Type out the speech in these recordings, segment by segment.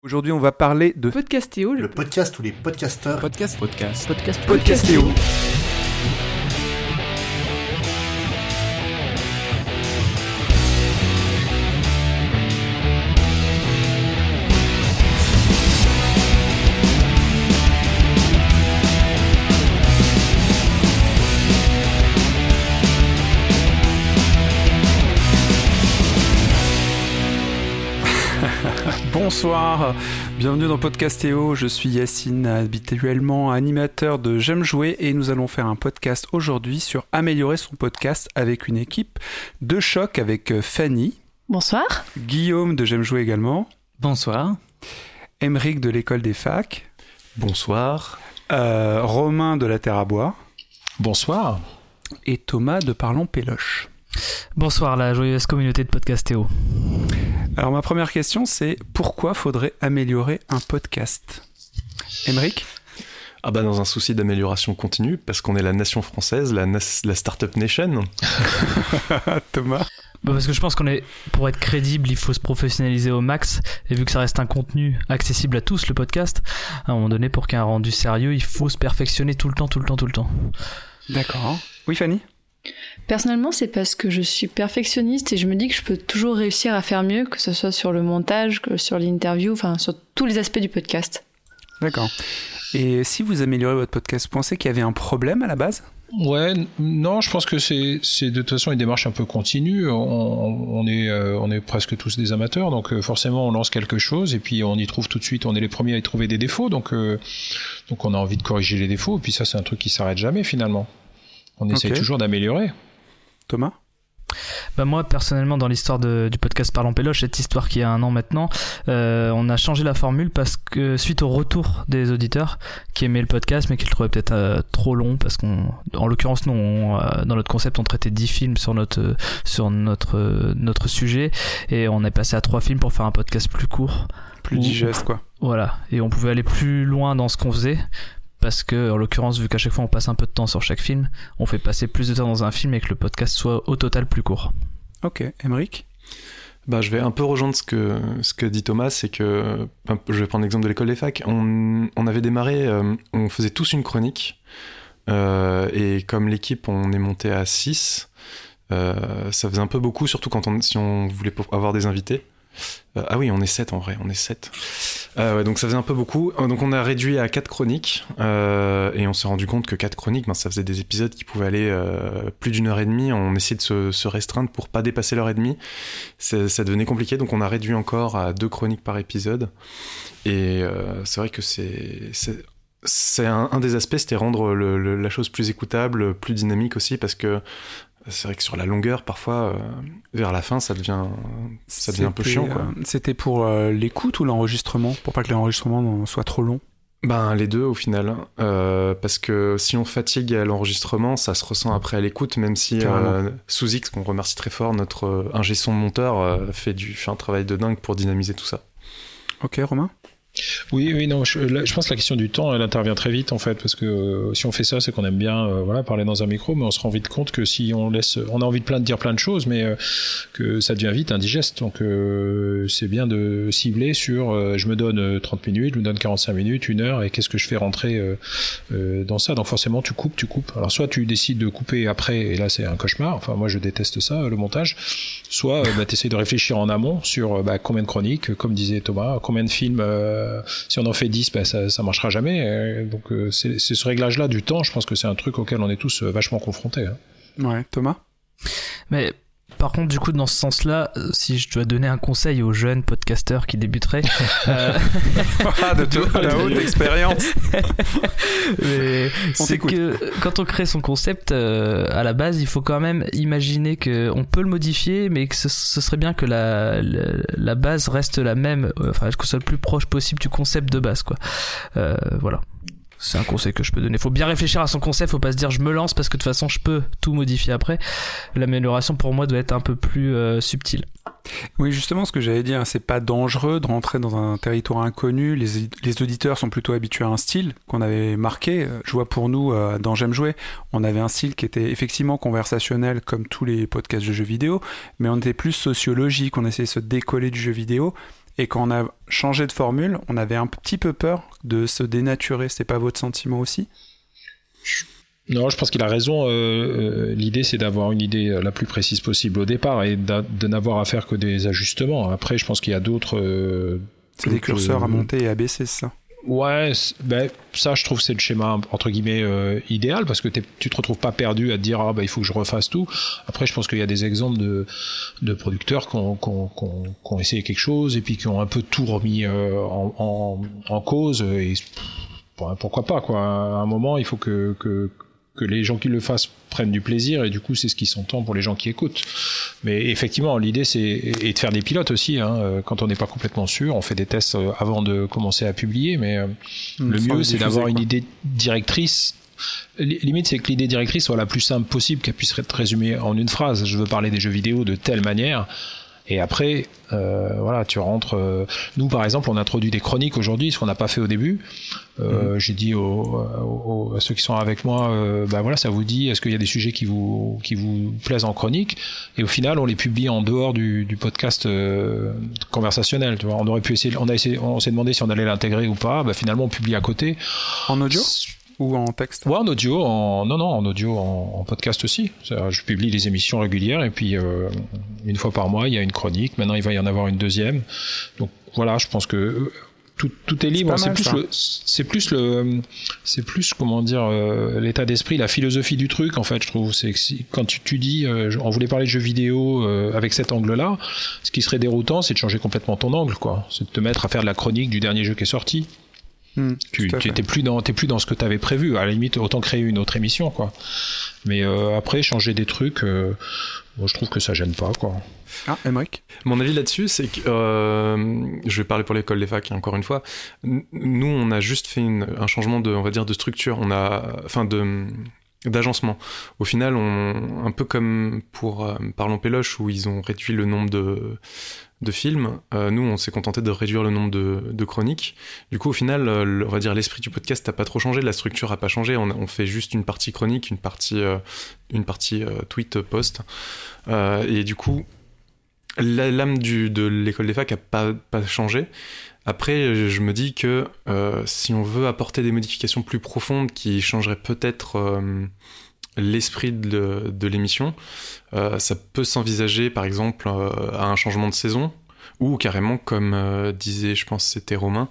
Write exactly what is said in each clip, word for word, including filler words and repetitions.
Aujourd'hui, on va parler de Podcastéo, le podcast où les podcasteurs podcast, podcast, podcast, Podcastéo. Bonsoir, bienvenue dans Podcastéo, je suis Yacine, habituellement animateur de J'aime jouer et nous allons faire un podcast aujourd'hui sur améliorer son podcast avec une équipe de choc avec Fanny. Bonsoir. Guillaume de J'aime jouer également. Bonsoir. Émeric de l'école des facs. Bonsoir. Euh, Romain de la Terre à boire. Bonsoir. Et Thomas de Parlons Péloche. Bonsoir la joyeuse communauté de Podcastéo. Alors ma première question c'est pourquoi faudrait améliorer un podcast ? Émeric ? Ah bah dans un souci d'amélioration continue, parce qu'on est la nation française, la, nas- la Startup Nation. Thomas ? Bah parce que je pense qu'on est, pour être crédible, il faut se professionnaliser au max, et vu que ça reste un contenu accessible à tous, le podcast, à un moment donné, pour qu'il y ait un rendu sérieux, il faut se perfectionner tout le temps, tout le temps, tout le temps. D'accord. Oui Fanny ? Personnellement, c'est parce que je suis perfectionniste et je me dis que je peux toujours réussir à faire mieux, que ce soit sur le montage, que sur l'interview, enfin sur tous les aspects du podcast. D'accord. Et si vous améliorez votre podcast, vous pensez qu'il y avait un problème à la base ? Ouais, non, je pense que c'est, c'est de toute façon une démarche un peu continue. On, on, est, euh, on est presque tous des amateurs, donc euh, forcément on lance quelque chose et puis on y trouve tout de suite, on est les premiers à y trouver des défauts, donc, euh, donc on a envie de corriger les défauts, et puis ça c'est un truc qui s'arrête jamais finalement. On essaie okay. toujours d'améliorer. Thomas ? Bah moi personnellement dans l'histoire de, du podcast Parlons Péloche, cette histoire qui a un an maintenant, euh, on a changé la formule parce que suite au retour des auditeurs qui aimaient le podcast mais qui le trouvaient peut-être euh, trop long, parce qu'en l'occurrence nous on, euh, dans notre concept on traitait dix films sur notre, sur notre, euh, notre sujet, et on est passé à trois films pour faire un podcast plus court. Plus où, digeste quoi. Voilà, et on pouvait aller plus loin dans ce qu'on faisait. Parce que, en l'occurrence, vu qu'à chaque fois on passe un peu de temps sur chaque film, on fait passer plus de temps dans un film et que le podcast soit au total plus court. Ok, Émeric ? Bah, je vais un peu rejoindre ce que, ce que dit Thomas, c'est que, je vais prendre l'exemple de l'école des facs, on, on avait démarré, euh, on faisait tous une chronique, euh, et comme l'équipe, on est monté à six, euh, ça faisait un peu beaucoup, surtout quand on, si on voulait avoir des invités. Euh, ah oui, on est sept en vrai, on est sept. Euh, ouais, donc ça faisait un peu beaucoup. Donc on a réduit à quatre chroniques, euh, et on s'est rendu compte que quatre chroniques, ben, ça faisait des épisodes qui pouvaient aller euh, plus d'une heure et demie. On essayait de se, se restreindre pour pas dépasser l'heure et demie. Ça, ça devenait compliqué, donc on a réduit encore à deux chroniques par épisode. Et euh, c'est vrai que c'est... c'est... C'est un, un des aspects, c'était rendre le, le, la chose plus écoutable, plus dynamique aussi, parce que c'est vrai que sur la longueur, parfois, euh, vers la fin, ça devient, ça devient un peu chiant, quoi. Euh, c'était pour euh, l'écoute ou l'enregistrement ? Pour pas que l'enregistrement soit trop long ? Ben, les deux, au final. Euh, parce que si on fatigue à l'enregistrement, ça se ressent après à l'écoute, même si euh, Sous-X, qu'on remercie très fort, notre euh, ingé son monteur, euh, fait, du, fait un travail de dingue pour dynamiser tout ça. Ok, Romain ? Oui, oui, non, je, là, je pense que la question du temps, elle intervient très vite en fait, parce que euh, si on fait ça, c'est qu'on aime bien, euh, voilà, parler dans un micro, mais on se rend vite compte que si on laisse, on a envie de plein de dire plein de choses, mais euh, que ça devient vite indigeste. Donc euh, c'est bien de cibler sur, euh, je me donne trente minutes, je me donne quarante-cinq minutes, une heure, et qu'est-ce que je fais rentrer euh, euh, dans ça. Donc forcément, tu coupes, tu coupes. Alors soit tu décides de couper après, et là c'est un cauchemar. Enfin moi je déteste ça, le montage. Soit euh, bah, t'essayes de réfléchir en amont sur euh, bah, combien de chroniques, comme disait Thomas, combien de films. Euh, si on en fait dix, bah, ça, ça marchera jamais. Euh, donc euh, c'est, c'est ce réglage-là du temps, je pense que c'est un truc auquel on est tous euh, vachement confrontés. Hein. Ouais, Thomas ? Mais par contre, du coup, dans ce sens-là, si je dois donner un conseil aux jeunes podcasteurs qui débuteraient... euh... ah, de toute la haute expérience. Mais on c'est t'écoute. Que quand on crée son concept, euh, à la base, il faut quand même imaginer qu'on peut le modifier, mais que ce, ce serait bien que la, la, la base reste la même, enfin, que ce soit le plus proche possible du concept de base, quoi. Euh, voilà. C'est un conseil que je peux donner. Faut bien réfléchir à son concept, faut pas se dire je me lance parce que de toute façon je peux tout modifier après. L'amélioration pour moi doit être un peu plus euh, subtile. Oui, justement, ce que j'allais dire, c'est pas dangereux de rentrer dans un territoire inconnu. Les, les auditeurs sont plutôt habitués à un style qu'on avait marqué. Je vois pour nous, euh, dans J'aime jouer, on avait un style qui était effectivement conversationnel comme tous les podcasts de jeux vidéo, mais on était plus sociologique, on essayait de se décoller du jeu vidéo. Et quand on a changé de formule, on avait un petit peu peur de se dénaturer. C'est pas votre sentiment aussi ? Non, je pense qu'il a raison. Euh, l'idée, c'est d'avoir une idée la plus précise possible au départ et de n'avoir à faire que des ajustements. Après, je pense qu'il y a d'autres... Euh, c'est d'autres, des curseurs euh, à monter et à baisser, c'est ça ? Ouais, ben, ça, je trouve que c'est le schéma, entre guillemets, euh, idéal, parce que tu te retrouves pas perdu à te dire, ah, ben, il faut que je refasse tout. Après, je pense qu'il y a des exemples de, de producteurs qui ont, qui, ont, qui, ont, qui ont essayé quelque chose et puis qui ont un peu tout remis euh, en, en, en cause. Et bon, pourquoi pas, quoi. À un moment, il faut que... que que les gens qui le fassent prennent du plaisir et du coup c'est ce qui s'entend pour les gens qui écoutent. Mais effectivement l'idée c'est et de faire des pilotes aussi hein. Quand on n'est pas complètement sûr on fait des tests avant de commencer à publier mais mmh, le mieux c'est d'avoir quoi. Une idée directrice. Limite c'est que l'idée directrice soit la plus simple possible, qu'elle puisse être résumée en une phrase. Je veux parler des jeux vidéo de telle manière. Et après, euh, voilà, tu rentres. Euh, nous, par exemple, on introduit des chroniques aujourd'hui, ce qu'on n'a pas fait au début. Euh, mmh. J'ai dit aux, aux, à ceux qui sont avec moi, euh, bah voilà, ça vous dit, est-ce qu'il y a des sujets qui vous qui vous plaisent en chronique ? Et au final, on les publie en dehors du, du podcast euh, conversationnel. Tu vois, on aurait pu essayer, on a essayé, on s'est demandé si on allait l'intégrer ou pas. Bah finalement, on publie à côté. En audio ? Ou en texte ? Ouais, en audio, en... non, non, en audio, en, en podcast aussi. Je publie les émissions régulières et puis euh, une fois par mois, il y a une chronique. Maintenant, il va y en avoir une deuxième. Donc voilà, je pense que tout, tout est libre. C'est, c'est, plus le, c'est plus le, c'est plus comment dire euh, l'état d'esprit, la philosophie du truc en fait. Je trouve, c'est que si, quand tu, tu dis, euh, on voulait parler de jeux vidéo euh, avec cet angle-là, ce qui serait déroutant, c'est de changer complètement ton angle, quoi. C'est de te mettre à faire de la chronique du dernier jeu qui est sorti. Mmh, tu t'es plus dans t'es plus dans ce que t'avais prévu. À la limite, autant créer une autre émission, quoi. Mais euh, après, changer des trucs, euh, moi, je trouve que ça gêne pas, quoi. Ah, Aymeric ? Mon avis là-dessus, c'est que euh, je vais parler pour l'école des facs encore une fois. Nous, on a juste fait une, un changement de, on va dire, de structure. On a, enfin, de d'agencement. Au final, on un peu comme pour euh, Parlons Péloche où ils ont réduit le nombre de de films, euh, nous on s'est contenté de réduire le nombre de, de chroniques. Du coup au final, euh, le, on va dire l'esprit du podcast n'a pas trop changé, la structure a pas changé. On, on fait juste une partie chronique, une partie, euh, une partie euh, tweet post, euh, et du coup la lame du, de l'école des facs a pas pas changé. Après, je me dis que euh, si on veut apporter des modifications plus profondes qui changeraient peut-être euh, l'esprit de, de l'émission, euh, ça peut s'envisager par exemple euh, à un changement de saison ou carrément comme euh, disait je pense c'était Romain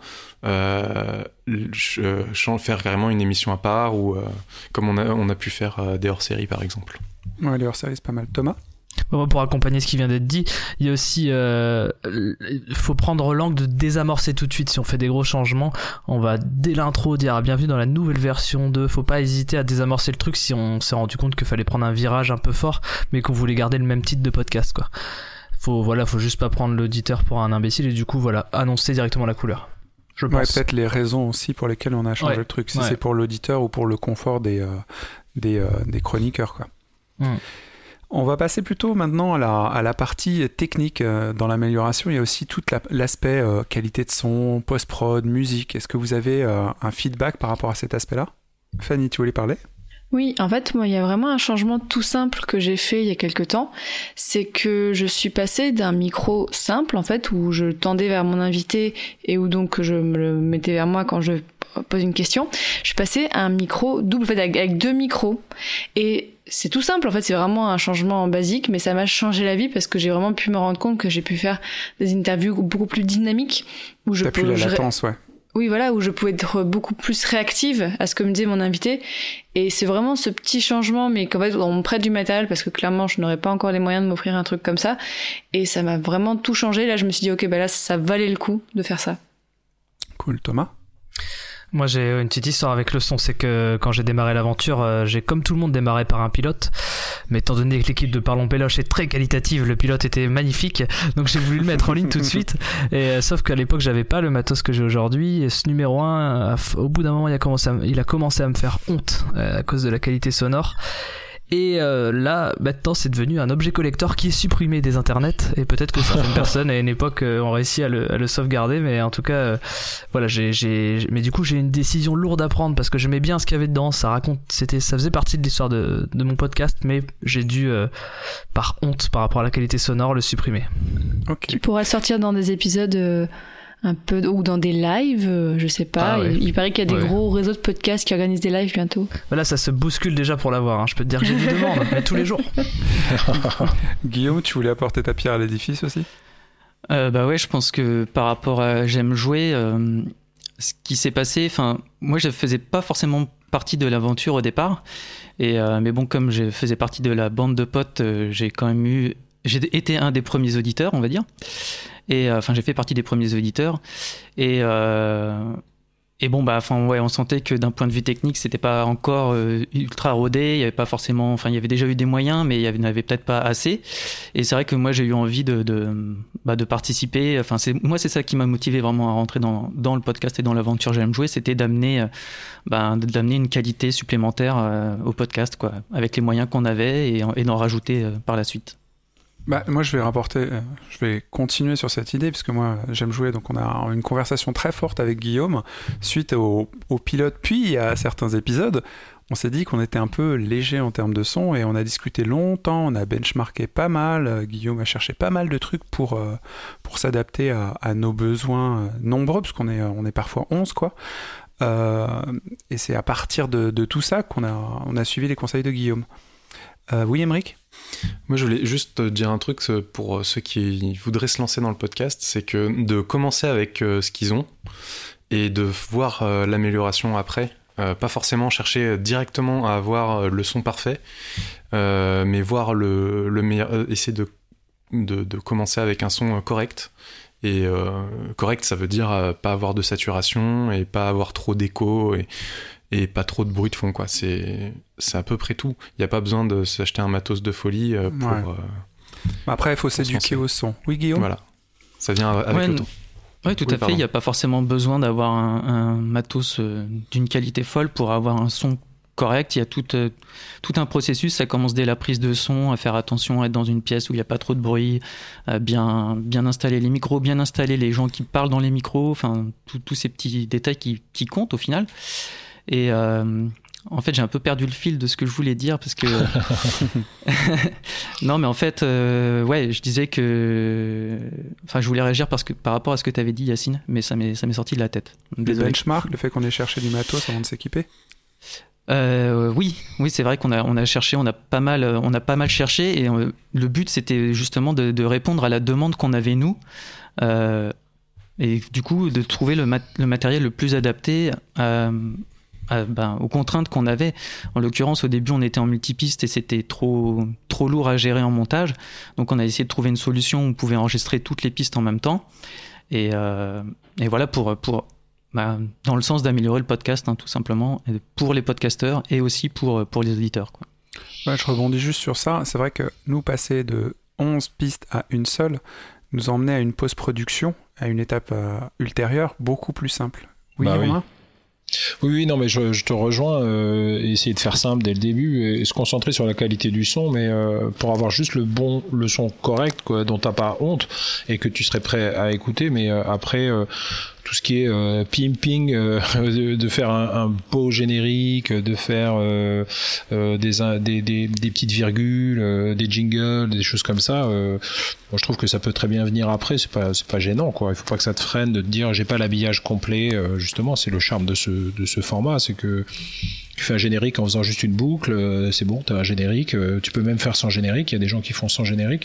euh, euh, faire carrément une émission à part ou euh, comme on a, on a pu faire euh, des hors-séries par exemple. Ouais, les hors-séries c'est pas mal. Thomas ? Bon, pour accompagner ce qui vient d'être dit, il y a aussi euh, faut prendre l'angle de désamorcer tout de suite. Si on fait des gros changements, on va dès l'intro dire ah, bienvenue dans la nouvelle version de. Faut pas hésiter à désamorcer le truc si on s'est rendu compte qu'il fallait prendre un virage un peu fort mais qu'on voulait garder le même titre de podcast, quoi. Faut voilà, faut juste pas prendre l'auditeur pour un imbécile et du coup voilà, annoncer directement la couleur. Je pense. Ouais, peut-être les raisons aussi pour lesquelles on a changé ouais. le truc, si ouais. c'est pour l'auditeur ou pour le confort des euh, des euh, des chroniqueurs, quoi. Mmh. On va passer plutôt maintenant à la, à la partie technique euh, dans l'amélioration. Il y a aussi tout la, l'aspect euh, qualité de son, post-prod, musique. Est-ce que vous avez euh, un feedback par rapport à cet aspect-là ? Fanny, tu voulais parler ? Oui, en fait, moi, il y a vraiment un changement tout simple que j'ai fait il y a quelque temps. C'est que je suis passée d'un micro simple, en fait, où je tendais vers mon invité et où donc je me le mettais vers moi quand je pose une question. Je suis passée à un micro double, en fait, avec, avec deux micros. Et c'est tout simple, en fait, c'est vraiment un changement basique, mais ça m'a changé la vie parce que j'ai vraiment pu me rendre compte que j'ai pu faire des interviews beaucoup plus dynamiques. Où je T'as peux, plus la je... latence, ouais. Oui, voilà, où je pouvais être beaucoup plus réactive à ce que me disait mon invité. Et c'est vraiment ce petit changement, mais qu'en fait, on me prête du matériel parce que clairement, je n'aurais pas encore les moyens de m'offrir un truc comme ça. Et ça m'a vraiment tout changé. Là, je me suis dit, ok, bah là, ça valait le coup de faire ça. Cool. Thomas ? Moi j'ai une petite histoire avec le son, c'est que quand j'ai démarré l'aventure, euh, j'ai comme tout le monde démarré par un pilote, mais étant donné que l'équipe de Parlons Péloche est très qualitative, le pilote était magnifique, donc j'ai voulu le mettre en ligne tout de suite, et euh, sauf qu'à l'époque j'avais pas le matos que j'ai aujourd'hui, et ce numéro un, euh, au bout d'un moment il a commencé à, il a commencé à me faire honte euh, à cause de la qualité sonore. Et euh, là, maintenant, c'est devenu un objet collector qui est supprimé des internets. Et peut-être que certaines personnes à une époque euh, ont réussi à le, à le sauvegarder. Mais en tout cas, euh, voilà, j'ai, j'ai, mais du coup, j'ai une décision lourde à prendre parce que j'aimais bien ce qu'il y avait dedans. Ça raconte, c'était, ça faisait partie de l'histoire de, de mon podcast, mais j'ai dû, euh, par honte, par rapport à la qualité sonore, le supprimer. Okay. Tu pourras sortir dans des épisodes. Euh... un peu ou dans des lives, euh, je sais pas. Ah ouais. il, il paraît qu'il y a des ouais. gros réseaux de podcasts qui organisent des lives bientôt. Là, ça se bouscule déjà pour l'avoir. Hein. Je peux te dire que j'ai des demandes, mais tous les jours. Guillaume, tu voulais apporter ta pierre à l'édifice aussi ? euh, Bah ouais, je pense que par rapport à J'aime jouer, euh, ce qui s'est passé. Enfin, moi, je faisais pas forcément partie de l'aventure au départ, et euh, mais bon, comme je faisais partie de la bande de potes, euh, j'ai quand même eu, j'ai été un des premiers auditeurs, on va dire. Et enfin, euh, j'ai fait partie des premiers auditeurs. Et, euh, et bon, bah, enfin, ouais, on sentait que d'un point de vue technique, c'était pas encore euh, ultra rodé. Il y avait pas forcément, enfin, il y avait déjà eu des moyens, mais il y en avait peut-être pas assez. Et c'est vrai que moi, j'ai eu envie de, de, bah, de participer. Enfin, c'est, moi, c'est ça qui m'a motivé vraiment à rentrer dans, dans le podcast et dans l'aventure J'aime jouer. C'était d'amener, euh, bah, d'amener une qualité supplémentaire euh, au podcast, quoi, avec les moyens qu'on avait et, et d'en rajouter euh, par la suite. Bah, moi, je vais rapporter, euh, je vais continuer sur cette idée, puisque moi, j'aime jouer, donc on a une conversation très forte avec Guillaume, suite au, au pilote, puis à certains épisodes. On s'est dit qu'on était un peu léger en termes de son, et on a discuté longtemps, on a benchmarké pas mal, euh, Guillaume a cherché pas mal de trucs pour, euh, pour s'adapter à, à nos besoins euh, nombreux, parce qu'on est, on est parfois onze, quoi. Euh, et c'est à partir de, de tout ça qu'on a, on a suivi les conseils de Guillaume. Euh, oui, Aymeric ? Moi, je voulais juste dire un truc pour ceux qui voudraient se lancer dans le podcast, c'est que de commencer avec ce qu'ils ont et de voir l'amélioration après. Pas forcément chercher directement à avoir le son parfait, mais voir le, le meilleur, essayer de, de, de commencer avec un son correct. Et euh, correct, ça veut dire pas avoir de saturation et pas avoir trop d'écho et et pas trop de bruit de fond, quoi. C'est, c'est à peu près tout. Il n'y a pas besoin de s'acheter un matos de folie pour... Ouais. Euh, Après, il faut s'éduquer au son. Oui, Guillaume ? Voilà. Ça vient avec ouais, le temps. Oui, tout oui, à pardon. fait. Il n'y a pas forcément besoin d'avoir un, un matos euh, d'une qualité folle pour avoir un son correct. Il y a tout, euh, tout un processus. Ça commence dès la prise de son, à faire attention, à être dans une pièce où il n'y a pas trop de bruit, à bien, bien installer les micros, bien installer les gens qui parlent dans les micros, enfin, tous ces petits détails qui, qui comptent au final. Et euh, en fait, j'ai un peu perdu le fil de ce que je voulais dire parce que non, mais en fait, euh, ouais, je disais que, enfin, je voulais réagir parce que par rapport à ce que tu avais dit, Yacine, mais ça m'est ça m'est sorti de la tête. Désolé. Le benchmark, le fait qu'on ait cherché du matos avant de s'équiper. Euh, oui, oui, c'est vrai qu'on a on a cherché, on a pas mal, on a pas mal cherché et euh, le but c'était justement de, de répondre à la demande qu'on avait nous. Euh, et du coup, de trouver le, mat- le matériel le plus adapté à À, ben, aux contraintes qu'on avait. En l'occurrence, au début, on était en multipiste et c'était trop, trop lourd à gérer en montage. Donc, on a essayé de trouver une solution où on pouvait enregistrer toutes les pistes en même temps. Et, euh, et voilà, pour, pour, ben, dans le sens d'améliorer le podcast, hein, tout simplement, pour les podcasteurs et aussi pour, pour les auditeurs, quoi. Ouais, je rebondis juste sur ça. C'est vrai que nous, passer de onze pistes à une seule, nous emmenait à une post-production, à une étape euh, ultérieure, beaucoup plus simple. Oui, bah Romain ? Oui. Oui, oui, non, mais je, je te rejoins. Euh, essayer de faire simple dès le début et se concentrer sur la qualité du son, mais euh, pour avoir juste le bon, le son correct, quoi, dont t'as pas honte et que tu serais prêt à écouter. Mais euh, après, euh, tout ce qui est euh, pimping, euh, de, de faire un, un beau générique, de faire euh, euh, des, des, des, des petites virgules, euh, des jingles, des choses comme ça. Euh, moi, je trouve que ça peut très bien venir après. C'est pas, c'est pas gênant, quoi. Il faut pas que ça te freine de te dire j'ai pas l'habillage complet. Euh, justement, c'est le charme de ce, de ce format, c'est que tu fais un générique en faisant juste une boucle, euh, c'est bon, t'as un générique. Euh, tu peux même faire sans générique. Il y a des gens qui font sans générique.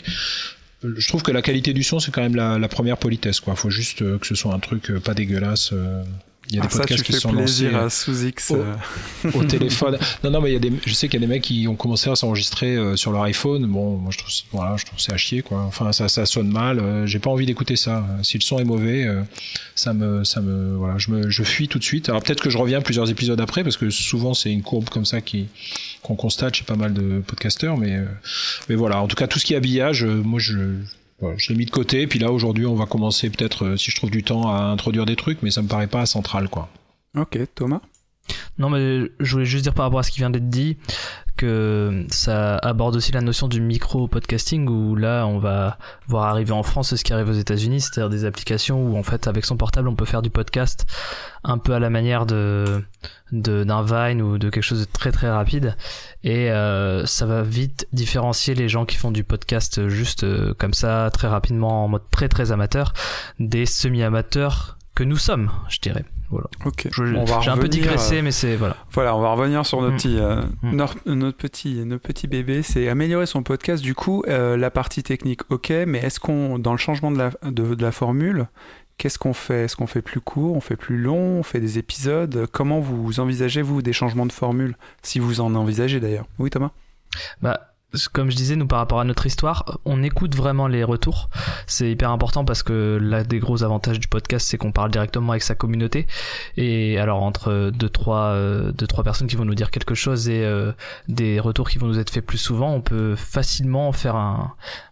Je trouve que la qualité du son, c'est quand même la, la première politesse, quoi. Faut juste euh, que ce soit un truc euh, pas dégueulasse. Euh, il y a ah, des podcasts ça, tu qui fais sont plaisir lancés à Sous-X au, euh... au téléphone. Non, non, mais il y a des, je sais qu'il y a des mecs qui ont commencé à s'enregistrer euh, sur leur iPhone. Bon, moi, je trouve, voilà, je trouve c'est à chier, quoi. Enfin, ça, ça sonne mal. Euh, j'ai pas envie d'écouter ça. Si le son est mauvais, euh, ça me, ça me, voilà, je me, je fuis tout de suite. Alors peut-être que je reviens plusieurs épisodes après, parce que souvent c'est une courbe comme ça qui, qu'on constate chez pas mal de podcasteurs. Mais, euh, mais voilà. En tout cas, tout ce qui est habillage, euh, moi, je Voilà, je l'ai mis de côté, puis là aujourd'hui on va commencer peut-être, euh, si je trouve du temps, à introduire des trucs, mais ça me paraît pas central, quoi. Ok, Thomas ? Non, mais je voulais juste dire par rapport à ce qui vient d'être dit que ça aborde aussi la notion du micro-podcasting, où là on va voir arriver en France ce qui arrive aux États-Unis, c'est-à-dire des applications où en fait avec son portable on peut faire du podcast un peu à la manière de, de d'un Vine ou de quelque chose de très très rapide, et euh, ça va vite différencier les gens qui font du podcast juste euh, comme ça très rapidement en mode très très amateur des semi-amateurs que nous sommes, je dirais. Voilà. Ok. Je, on va j'ai un peu digressé, euh, mais c'est voilà. Voilà, on va revenir sur nos mmh. petits, euh, mmh. notre, notre petit, nos petits bébés. C'est améliorer son podcast. Du coup, euh, la partie technique, ok, mais est-ce qu'on, dans le changement de la, de, de la formule, qu'est-ce qu'on fait ? Est-ce qu'on fait plus court, on fait plus long, on fait des épisodes ? Comment vous envisagez vous des changements de formule, si vous en envisagez d'ailleurs ? Oui, Thomas ? Bah. Comme je disais, nous par rapport à notre histoire, on écoute vraiment les retours. C'est hyper important parce que l'un des gros avantages du podcast, c'est qu'on parle directement avec sa communauté. Et alors entre deux trois, euh, deux, trois personnes qui vont nous dire quelque chose et euh, des retours qui vont nous être faits plus souvent, on peut facilement faire un,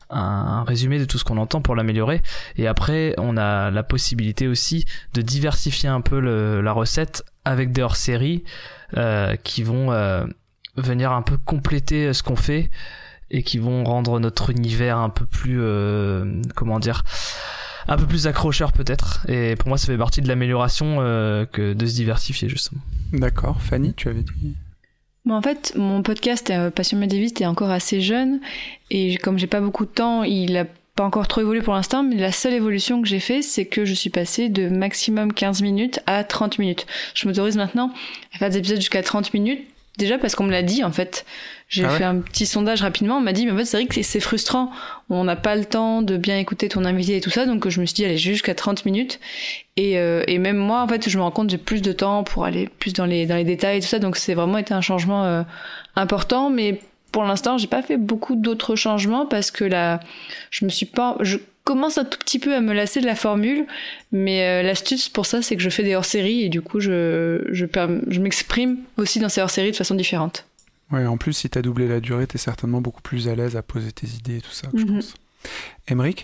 un résumé de tout ce qu'on entend pour l'améliorer. Et après, on a la possibilité aussi de diversifier un peu le, la recette avec des hors-séries euh, qui vont... Euh, venir un peu compléter ce qu'on fait et qui vont rendre notre univers un peu plus euh, comment dire un peu plus accrocheur peut-être, et pour moi ça fait partie de l'amélioration euh, que de se diversifier justement. D'accord. Fanny, tu avais dit... Bon, en fait, mon podcast euh, Passion médiéviste est encore assez jeune, et comme j'ai pas beaucoup de temps, il a pas encore trop évolué pour l'instant, mais la seule évolution que j'ai fait, c'est que je suis passée de maximum quinze minutes à trente minutes. Je m'autorise maintenant à faire des épisodes jusqu'à trente minutes. Déjà parce qu'on me l'a dit, en fait. J'ai ah ouais. fait un petit sondage rapidement, on m'a dit, mais en fait, c'est vrai que c'est frustrant. On n'a pas le temps de bien écouter ton invité et tout ça, donc je me suis dit, allez, jusqu'à trente minutes. Et, euh, et même moi, en fait, je me rends compte, j'ai plus de temps pour aller plus dans les, dans les détails et tout ça, donc c'est vraiment été un changement euh, important, mais pour l'instant, j'ai pas fait beaucoup d'autres changements parce que là, je me suis pas, je commence un tout petit peu à me lasser de la formule, mais euh, l'astuce pour ça, c'est que je fais des hors-séries et du coup, je, je, je m'exprime aussi dans ces hors-séries de façon différente. Ouais, en plus, si t'as doublé la durée, t'es certainement beaucoup plus à l'aise à poser tes idées et tout ça, mm-hmm. je pense. Aymeric ?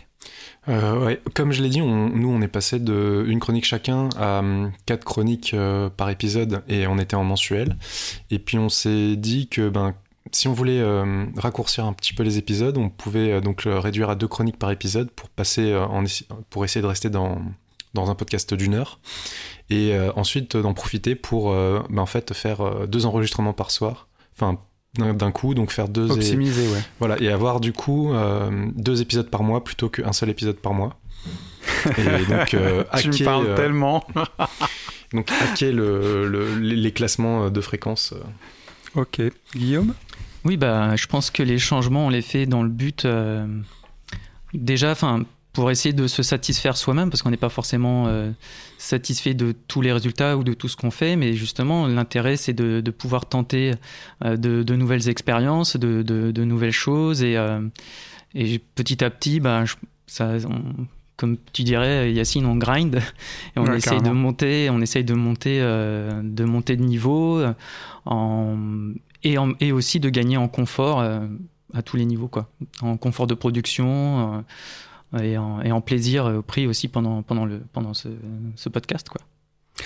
Euh, ouais, comme je l'ai dit, on, nous on est passé de une chronique chacun à um, quatre chroniques euh, par épisode, et on était en mensuel. Et puis on s'est dit que ben si on voulait euh, raccourcir un petit peu les épisodes, on pouvait euh, donc euh, réduire à deux chroniques par épisode pour passer euh, en, pour essayer de rester dans dans un podcast d'une heure, et euh, ensuite d'en profiter pour euh, ben, en fait faire euh, deux enregistrements par soir, enfin d'un, d'un coup, donc faire deux optimiser, et, ouais. Voilà, et avoir du coup euh, deux épisodes par mois plutôt qu'un seul épisode par mois. Et donc euh, hacker, tu me parles euh, tellement. donc hacker le, le, les classements de fréquences. Euh. Ok, Guillaume. Oui, bah, je pense que les changements, on les fait dans le but, euh, déjà, enfin, pour essayer de se satisfaire soi-même, parce qu'on n'est pas forcément euh, satisfait de tous les résultats ou de tout ce qu'on fait, mais justement, l'intérêt, c'est de, de pouvoir tenter euh, de, de nouvelles expériences, de, de, de nouvelles choses, et, euh, et petit à petit, bah, je, ça, on, comme tu dirais, Yacine, on grind, et on ouais, essaye de monter, on essaye de monter, euh, de monter de niveau, en Et, en, et aussi de gagner en confort euh, à tous les niveaux, quoi. En confort de production euh, et, en, et en plaisir au prix aussi pendant, pendant, le, pendant ce, ce podcast, quoi. Romain ?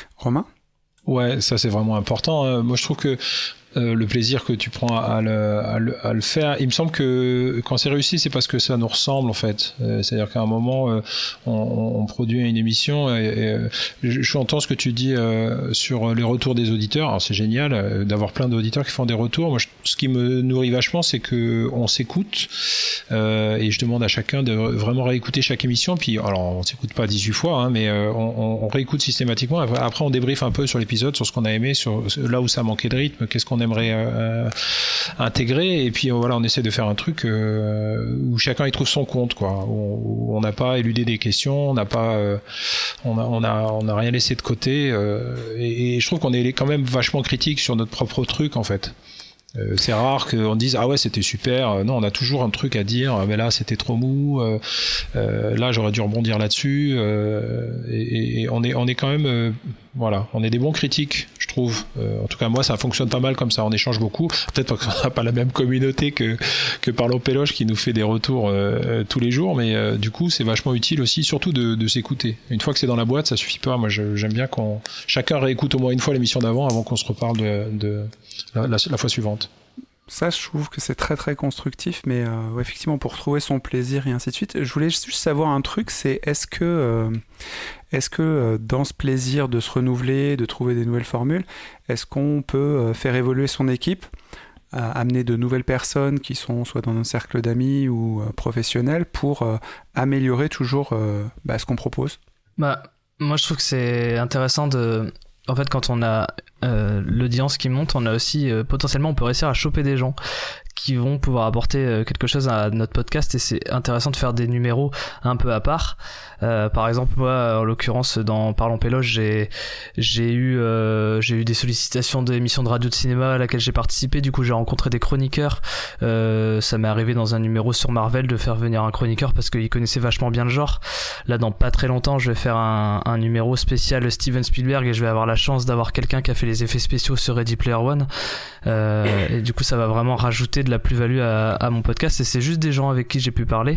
Ouais, ça c'est vraiment important. Moi je trouve que euh, le plaisir que tu prends à le, à, le, à le faire, il me semble que quand c'est réussi, c'est parce que ça nous ressemble en fait. Euh, c'est-à-dire qu'à un moment, euh, on, on produit une émission et, et euh, je, je entends ce que tu dis euh, sur les retours des auditeurs. Alors c'est génial euh, d'avoir plein d'auditeurs qui font des retours. Moi, je, ce qui me nourrit vachement, c'est que on s'écoute euh, et je demande à chacun de vraiment réécouter chaque émission. Puis alors, on s'écoute pas dix-huit fois, hein, mais euh, on, on réécoute systématiquement. Après, on débriefe un peu sur l'épisode, sur ce qu'on a aimé, sur là où ça manquait de rythme, qu'est-ce qu'on aimerait euh, intégrer, et puis voilà, on essaie de faire un truc euh, où chacun y trouve son compte, quoi, où on n'a pas éludé des questions, on n'a pas euh, on a on a on a rien laissé de côté, euh, et, et je trouve qu'on est quand même vachement critique sur notre propre truc en fait. Euh, c'est rare qu'on dise ah ouais c'était super, non, on a toujours un truc à dire, mais là c'était trop mou, euh, euh, là j'aurais dû rebondir là-dessus, euh, et, et on est on est quand même euh, voilà, on est des bons critiques, je trouve. Euh, en tout cas, moi, ça fonctionne pas mal comme ça. On échange beaucoup. Peut-être parce qu'on n'a pas la même communauté que que Parlons Péloche qui nous fait des retours euh, tous les jours, mais euh, du coup, c'est vachement utile aussi, surtout de, de s'écouter. Une fois que c'est dans la boîte, ça suffit pas. Moi, je, j'aime bien qu'on chacun réécoute au moins une fois l'émission d'avant avant qu'on se reparle de, de la, la, la fois suivante. Ça, je trouve que c'est très très constructif, mais euh, ouais, effectivement, pour trouver son plaisir et ainsi de suite. Je voulais juste savoir un truc, c'est est-ce que, euh, est-ce que euh, dans ce plaisir de se renouveler, de trouver des nouvelles formules, est-ce qu'on peut euh, faire évoluer son équipe, euh, amener de nouvelles personnes qui sont soit dans un cercle d'amis ou euh, professionnels pour euh, améliorer toujours euh, bah, ce qu'on propose? Bah, moi, je trouve que c'est intéressant de... En fait, quand on a euh, l'audience qui monte, on a aussi euh, potentiellement, on peut réussir à choper des gens qui vont pouvoir apporter euh, quelque chose à notre podcast, et c'est intéressant de faire des numéros un peu à part. Euh, par exemple, moi, en l'occurrence, dans Parlons Péloche, j'ai j'ai eu euh, j'ai eu des sollicitations d'émissions de radio de cinéma à laquelle j'ai participé. Du coup, j'ai rencontré des chroniqueurs. Euh, ça m'est arrivé dans un numéro sur Marvel de faire venir un chroniqueur parce qu'il connaissait vachement bien le genre. Là, dans pas très longtemps, je vais faire un, un numéro spécial Steven Spielberg et je vais avoir la chance d'avoir quelqu'un qui a fait les effets spéciaux sur Ready Player One. Euh, et du coup, ça va vraiment rajouter de la plus-value à, à mon podcast, et c'est juste des gens avec qui j'ai pu parler,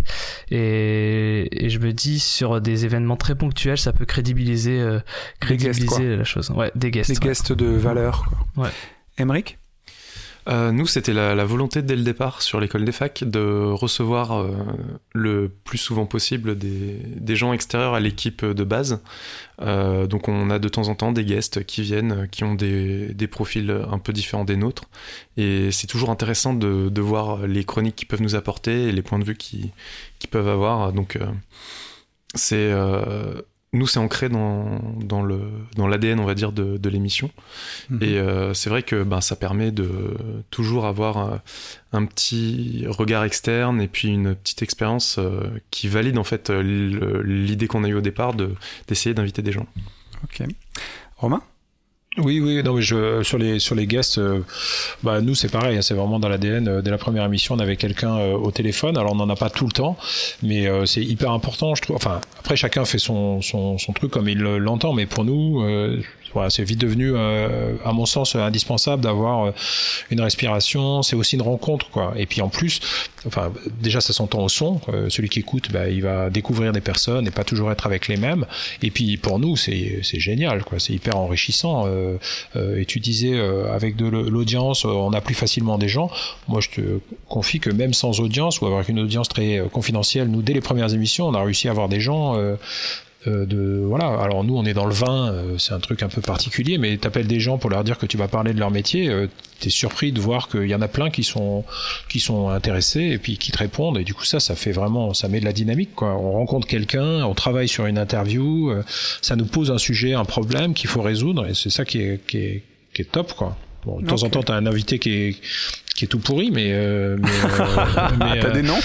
et, et je me dis sur des événements très ponctuels, ça peut crédibiliser, euh, crédibiliser guests, la chose. Ouais, des guests. Des ouais. guests de valeur, quoi. Ouais. Aymeric ? Euh, nous, c'était la, la volonté dès le départ sur l'école des facs de recevoir euh, le plus souvent possible des, des gens extérieurs à l'équipe de base. Euh, donc on a de temps en temps des guests qui viennent, qui ont des, des profils un peu différents des nôtres. Et c'est toujours intéressant de, de voir les chroniques qu'ils peuvent nous apporter et les points de vue qu'ils, qu'ils peuvent avoir. Donc euh, c'est... Euh, nous, c'est ancré dans, dans, le, dans l'A D N, on va dire, de, de l'émission. Mmh. Et euh, c'est vrai que ben, ça permet de toujours avoir un, un petit regard externe et puis une petite expérience euh, qui valide en fait l'idée qu'on a eue au départ de, d'essayer d'inviter des gens. Ok. Romain ? Oui, oui, non, mais je, sur les sur les guests, euh, bah nous c'est pareil, hein, c'est vraiment dans l'A D N. Dès la première émission, on avait quelqu'un euh, au téléphone. Alors on n'en a pas tout le temps, mais euh, c'est hyper important, je trouve. Enfin, après chacun fait son son son truc comme il l'entend, mais pour nous, euh, voilà, c'est vite devenu, euh, à mon sens, indispensable d'avoir euh, une respiration. C'est aussi une rencontre, quoi. Et puis en plus, enfin, déjà ça s'entend au son. Euh, celui qui écoute, bah, il va découvrir des personnes et pas toujours être avec les mêmes. Et puis pour nous, c'est c'est génial, quoi. C'est hyper enrichissant. Euh, Euh, et tu disais euh, avec de l'audience on a plus facilement des gens. Moi je te confie que même sans audience ou avec une audience très euh, confidentielle, nous dès les premières émissions on a réussi à avoir des gens euh, euh, de voilà. Alors nous on est dans le vin, euh, c'est un truc un peu particulier, mais t'appelles des gens pour leur dire que tu vas parler de leur métier, euh, t'es surpris de voir qu'il y en a plein qui sont qui sont intéressés et puis qui te répondent, et du coup ça ça fait vraiment, ça met de la dynamique, quoi. On rencontre quelqu'un, on travaille sur une interview, euh, ça nous pose un sujet, un problème qu'il faut résoudre, et c'est ça qui est qui est qui est top, quoi. Bon, de okay. temps en temps t'as un invité qui est qui est tout pourri, mais, euh, mais, euh, mais t'as euh, des noms.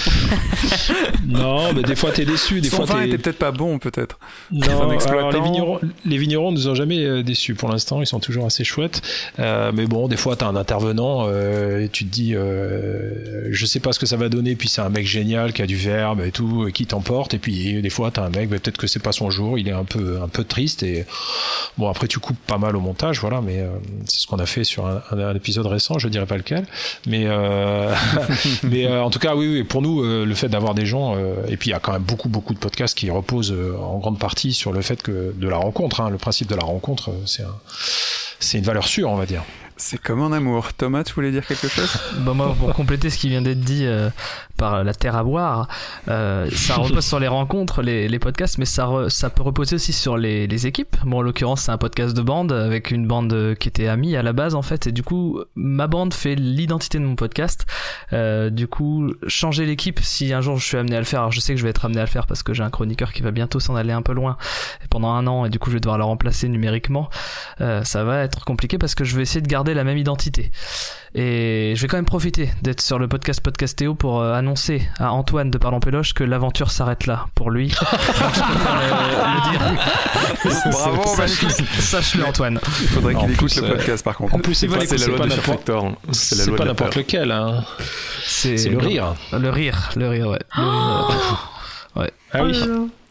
Non, mais des fois t'es déçu, des Son fois vin t'es... était peut-être pas bon, peut-être. Non, alors les vignerons, les vignerons nous ont jamais euh, déçus pour l'instant, ils sont toujours assez chouettes. Euh, mais bon, des fois t'as un intervenant euh, et tu te dis, euh, je sais pas ce que ça va donner, puis c'est un mec génial qui a du verbe et tout, qui t'emporte, et puis des fois t'as un mec, bah, peut-être que c'est pas son jour, il est un peu un peu triste, et bon après tu coupes pas mal au montage, voilà, mais euh, c'est ce qu'on a fait sur un, un, un épisode récent, je dirais pas lequel. Mais, euh, mais euh, en tout cas, oui, oui, pour nous, euh, le fait d'avoir des gens, euh, et puis il y a quand même beaucoup, beaucoup de podcasts qui reposent euh, en grande partie sur le fait que de la rencontre, hein, le principe de la rencontre, c'est, un, c'est une valeur sûre, on va dire. C'est comme en amour. Thomas, tu voulais dire quelque chose ? Bah moi, pour compléter ce qui vient d'être dit euh, par la terre à boire, euh, ça repose sur les rencontres, les, les podcasts, mais ça, re, ça peut reposer aussi sur les, les équipes. Bon, en l'occurrence, c'est un podcast de bande avec une bande qui était amie à la base, en fait, et du coup, ma bande fait l'identité de mon podcast. Euh, du coup, changer l'équipe, si un jour je suis amené à le faire, alors je sais que je vais être amené à le faire parce que j'ai un chroniqueur qui va bientôt s'en aller un peu loin pendant un an, et du coup, je vais devoir le remplacer numériquement. Euh, ça va être compliqué parce que je vais essayer de garder la même identité. Et je vais quand même profiter d'être sur le podcast Podcastéo pour euh, annoncer à Antoine de Parlons Péloche que l'aventure s'arrête là pour lui. Donc je préfère le, le dire. Bravo, sache, sache-le, Antoine. Il faudrait qu'il en écoute plus, le podcast par contre. En plus, c'est, c'est, pas, c'est, c'est la loi pas de Factor. C'est, c'est pas n'importe lequel. Hein. C'est c'est le rire. Le rire, le rire, ouais. Le rire, ouais. Ah oui.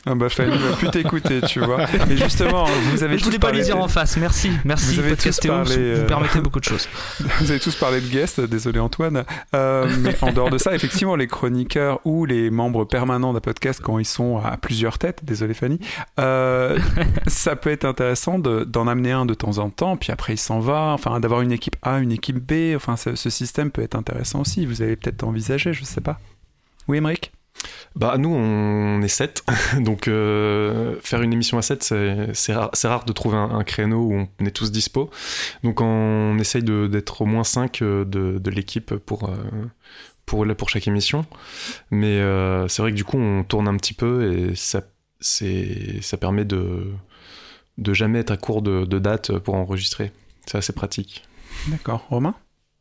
Ah bah Fanny va plus t'écouter, tu vois. Mais justement, vous avez je voulais tous pas parlé... lui dire en face. Merci, merci. Vous avez Podcast tous parlé, Théo, euh... vous permettez beaucoup de choses. Vous avez tous parlé de guest, désolé Antoine. Euh, mais en dehors de ça, effectivement, les chroniqueurs ou les membres permanents d'un podcast, quand ils sont à plusieurs têtes, désolé Fanny, euh, ça peut être intéressant de, d'en amener un de temps en temps, puis après il s'en va. Enfin, d'avoir une équipe A, une équipe B. Enfin, ce, ce système peut être intéressant aussi. Vous avez peut-être envisagé, je sais pas. Oui, Émeric ? Bah nous on est sept, donc euh, faire une émission à sept c'est, c'est, rare, c'est rare de trouver un, un créneau où on est tous dispo, donc on essaye de, d'être au moins cinq de, de l'équipe pour, euh, pour, pour chaque émission, mais euh, c'est vrai que du coup on tourne un petit peu et ça, c'est, ça permet de, de jamais être à court de, de date pour enregistrer, c'est assez pratique. D'accord. Romain ?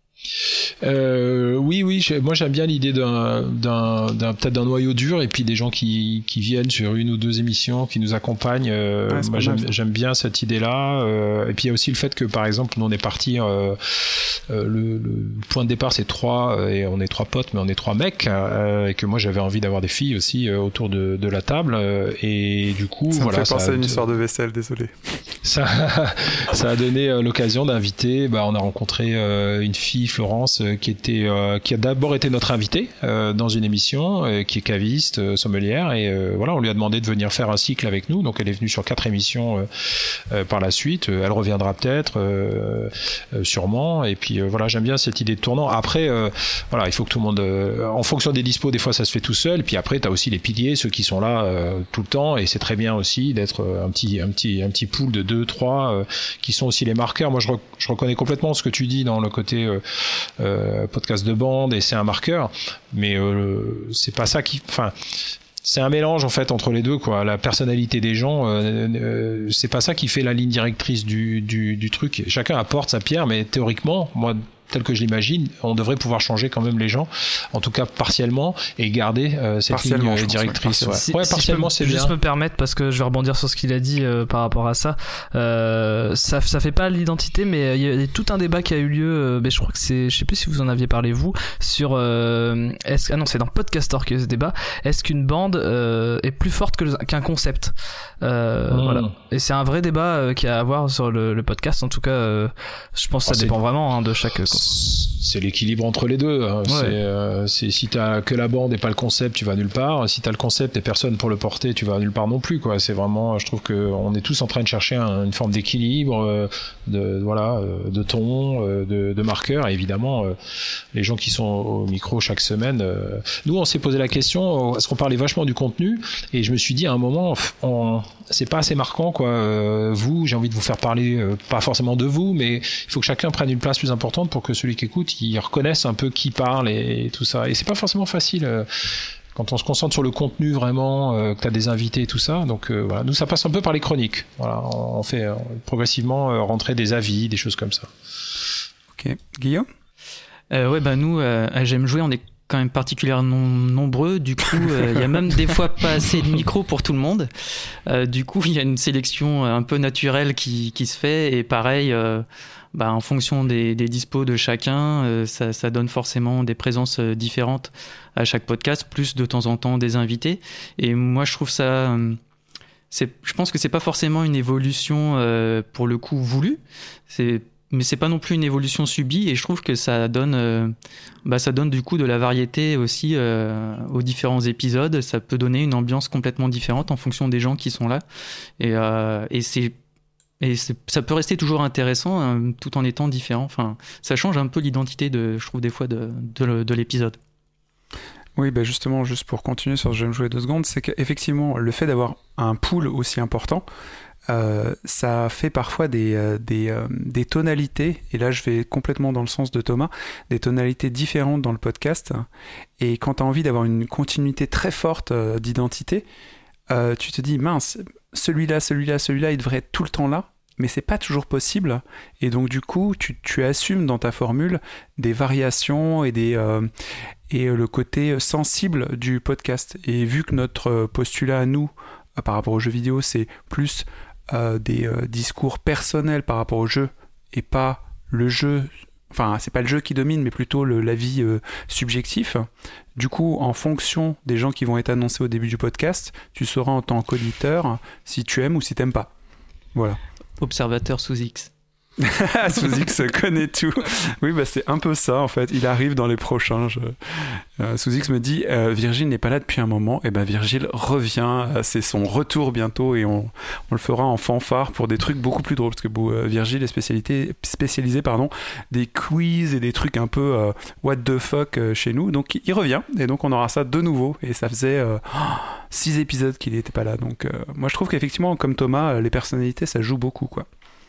Euh, oui, oui, moi j'aime bien l'idée d'un, d'un, d'un peut-être d'un noyau dur et puis des gens qui, qui viennent sur une ou deux émissions, qui nous accompagnent. Euh, ouais, moi j'aime, j'aime bien cette idée-là. Euh, et puis il y a aussi le fait que par exemple, nous on est parti, euh, euh, le, le point de départ c'est trois et on est trois potes, mais on est trois mecs euh, et que moi j'avais envie d'avoir des filles aussi euh, autour de, de la table euh, et du coup ça voilà. Me fait penser ça à une histoire de vaisselle, désolé. Ça, ça a donné euh, l'occasion d'inviter. Bah, on a rencontré euh, une fille, Florence, euh, qui était, euh, qui a d'abord été notre invitée euh, dans une émission, euh, qui est caviste, euh, sommelière, et euh, voilà, on lui a demandé de venir faire un cycle avec nous. Donc, elle est venue sur quatre émissions euh, euh, par la suite. Elle reviendra peut-être, euh, euh, sûrement. Et puis euh, voilà, j'aime bien cette idée de tournant. Après, euh, voilà, il faut que tout le monde, euh, en fonction des dispos, des fois ça se fait tout seul. Puis après, t'as aussi les piliers, ceux qui sont là euh, tout le temps, et c'est très bien aussi d'être un petit, un petit, un petit pool de deux, trois, euh, qui sont aussi les marqueurs. Moi, je, re- je reconnais complètement ce que tu dis dans le côté euh, euh, podcast de bande, et c'est un marqueur, mais euh, c'est pas ça qui... Enfin, c'est un mélange en fait entre les deux, quoi. La personnalité des gens, euh, euh, c'est pas ça qui fait la ligne directrice du, du, du truc. Chacun apporte sa pierre, mais théoriquement, moi, tel que je l'imagine, on devrait pouvoir changer quand même les gens, en tout cas partiellement, et garder euh, cette ligne euh, directrice. Ouais, si, ouais si partiellement, je c'est peux bien. Juste me permettre, parce que je vais rebondir sur ce qu'il a dit euh, par rapport à ça. Euh, ça. Ça fait pas l'identité, mais il y a tout un débat qui a eu lieu. Euh, mais je crois que c'est, je sais plus si vous en aviez parlé vous, sur euh, est-ce, ah non, c'est dans Podcaster qu'il y a ce débat. Est-ce qu'une bande euh, est plus forte que le, qu'un concept? euh, mmh. Voilà. Et c'est un vrai débat euh, qu'il y a à avoir sur le, le podcast. En tout cas, euh, je pense que ça oh, dépend vraiment hein, de chaque. Quoi. C'est l'équilibre entre les deux. Hein. Ouais. C'est, euh, c'est si t'as que la bande et pas le concept, tu vas nulle part. Si t'as le concept et personne pour le porter, tu vas nulle part non plus. Quoi. C'est vraiment, je trouve que on est tous en train de chercher un, une forme d'équilibre, euh, de voilà, euh, de ton, euh, de, de marqueur. Et évidemment, euh, les gens qui sont au micro chaque semaine. Euh... Nous, on s'est posé la question parce qu'on parlait vachement du contenu, et je me suis dit à un moment, on... c'est pas assez marquant, quoi. Euh, vous, j'ai envie de vous faire parler, euh, pas forcément de vous, mais il faut que chacun prenne une place plus importante pour que celui qui écoute, il reconnaisse un peu qui parle et, et tout ça. Et c'est pas forcément facile euh, quand on se concentre sur le contenu vraiment, euh, que t'as des invités et tout ça. Donc euh, voilà, nous ça passe un peu par les chroniques. Voilà, on, on fait euh, progressivement euh, rentrer des avis, des choses comme ça. Ok, Guillaume. Euh, ouais, bah nous euh, à J'aime jouer, on est quand même particulièrement nombreux, du coup il euh, y a même des fois pas assez de micros pour tout le monde, euh, du coup il y a une sélection un peu naturelle qui, qui se fait, et pareil euh, bah, en fonction des, des dispos de chacun, euh, ça, ça donne forcément des présences différentes à chaque podcast, plus de temps en temps des invités, et moi je trouve ça euh, c'est, je pense que c'est pas forcément une évolution euh, pour le coup voulue, c'est mais c'est pas non plus une évolution subie, et je trouve que ça donne, euh, bah ça donne du coup de la variété aussi euh, aux différents épisodes. Ça peut donner une ambiance complètement différente en fonction des gens qui sont là, et, euh, et c'est et c'est, ça peut rester toujours intéressant hein, tout en étant différent. Enfin, ça change un peu l'identité de, je trouve des fois de de, de l'épisode. Oui, bah justement, juste pour continuer sur J'aime jouer deux secondes, c'est qu'effectivement le fait d'avoir un pool aussi important. Euh, ça fait parfois des, euh, des, euh, des tonalités, et là je vais complètement dans le sens de Thomas, des tonalités différentes dans le podcast, et quand tu as envie d'avoir une continuité très forte euh, d'identité, euh, tu te dis mince, celui-là, celui-là, celui-là, il devrait être tout le temps là, mais c'est pas toujours possible, et donc du coup tu, tu assumes dans ta formule des variations et, des, euh, et le côté sensible du podcast, et vu que notre postulat à nous euh, par rapport aux jeux vidéo c'est plus Euh, des euh, discours personnels par rapport au jeu, et pas le jeu enfin c'est pas le jeu qui domine, mais plutôt le, l'avis euh, subjectif. Du coup, en fonction des gens qui vont être annoncés au début du podcast, tu sauras en tant qu'auditeur si tu aimes ou si t'aimes pas. Voilà. Observateur sous X. Sous X connaît tout. Oui, bah c'est un peu ça en fait. Il arrive dans les prochains. Je... Euh, Sous X me dit euh, Virgile n'est pas là depuis un moment. Et ben Virgile revient. Euh, c'est son retour bientôt et on, on le fera en fanfare pour des trucs beaucoup plus drôles parce que bon, euh, Virgile est spécialité, spécialisé pardon des quiz et des trucs un peu euh, what the fuck euh, chez nous. Donc il revient et donc on aura ça de nouveau. Et ça faisait euh, oh, six épisodes qu'il n'était pas là. Donc euh, moi je trouve qu'effectivement comme Thomas, les personnalités ça joue beaucoup quoi.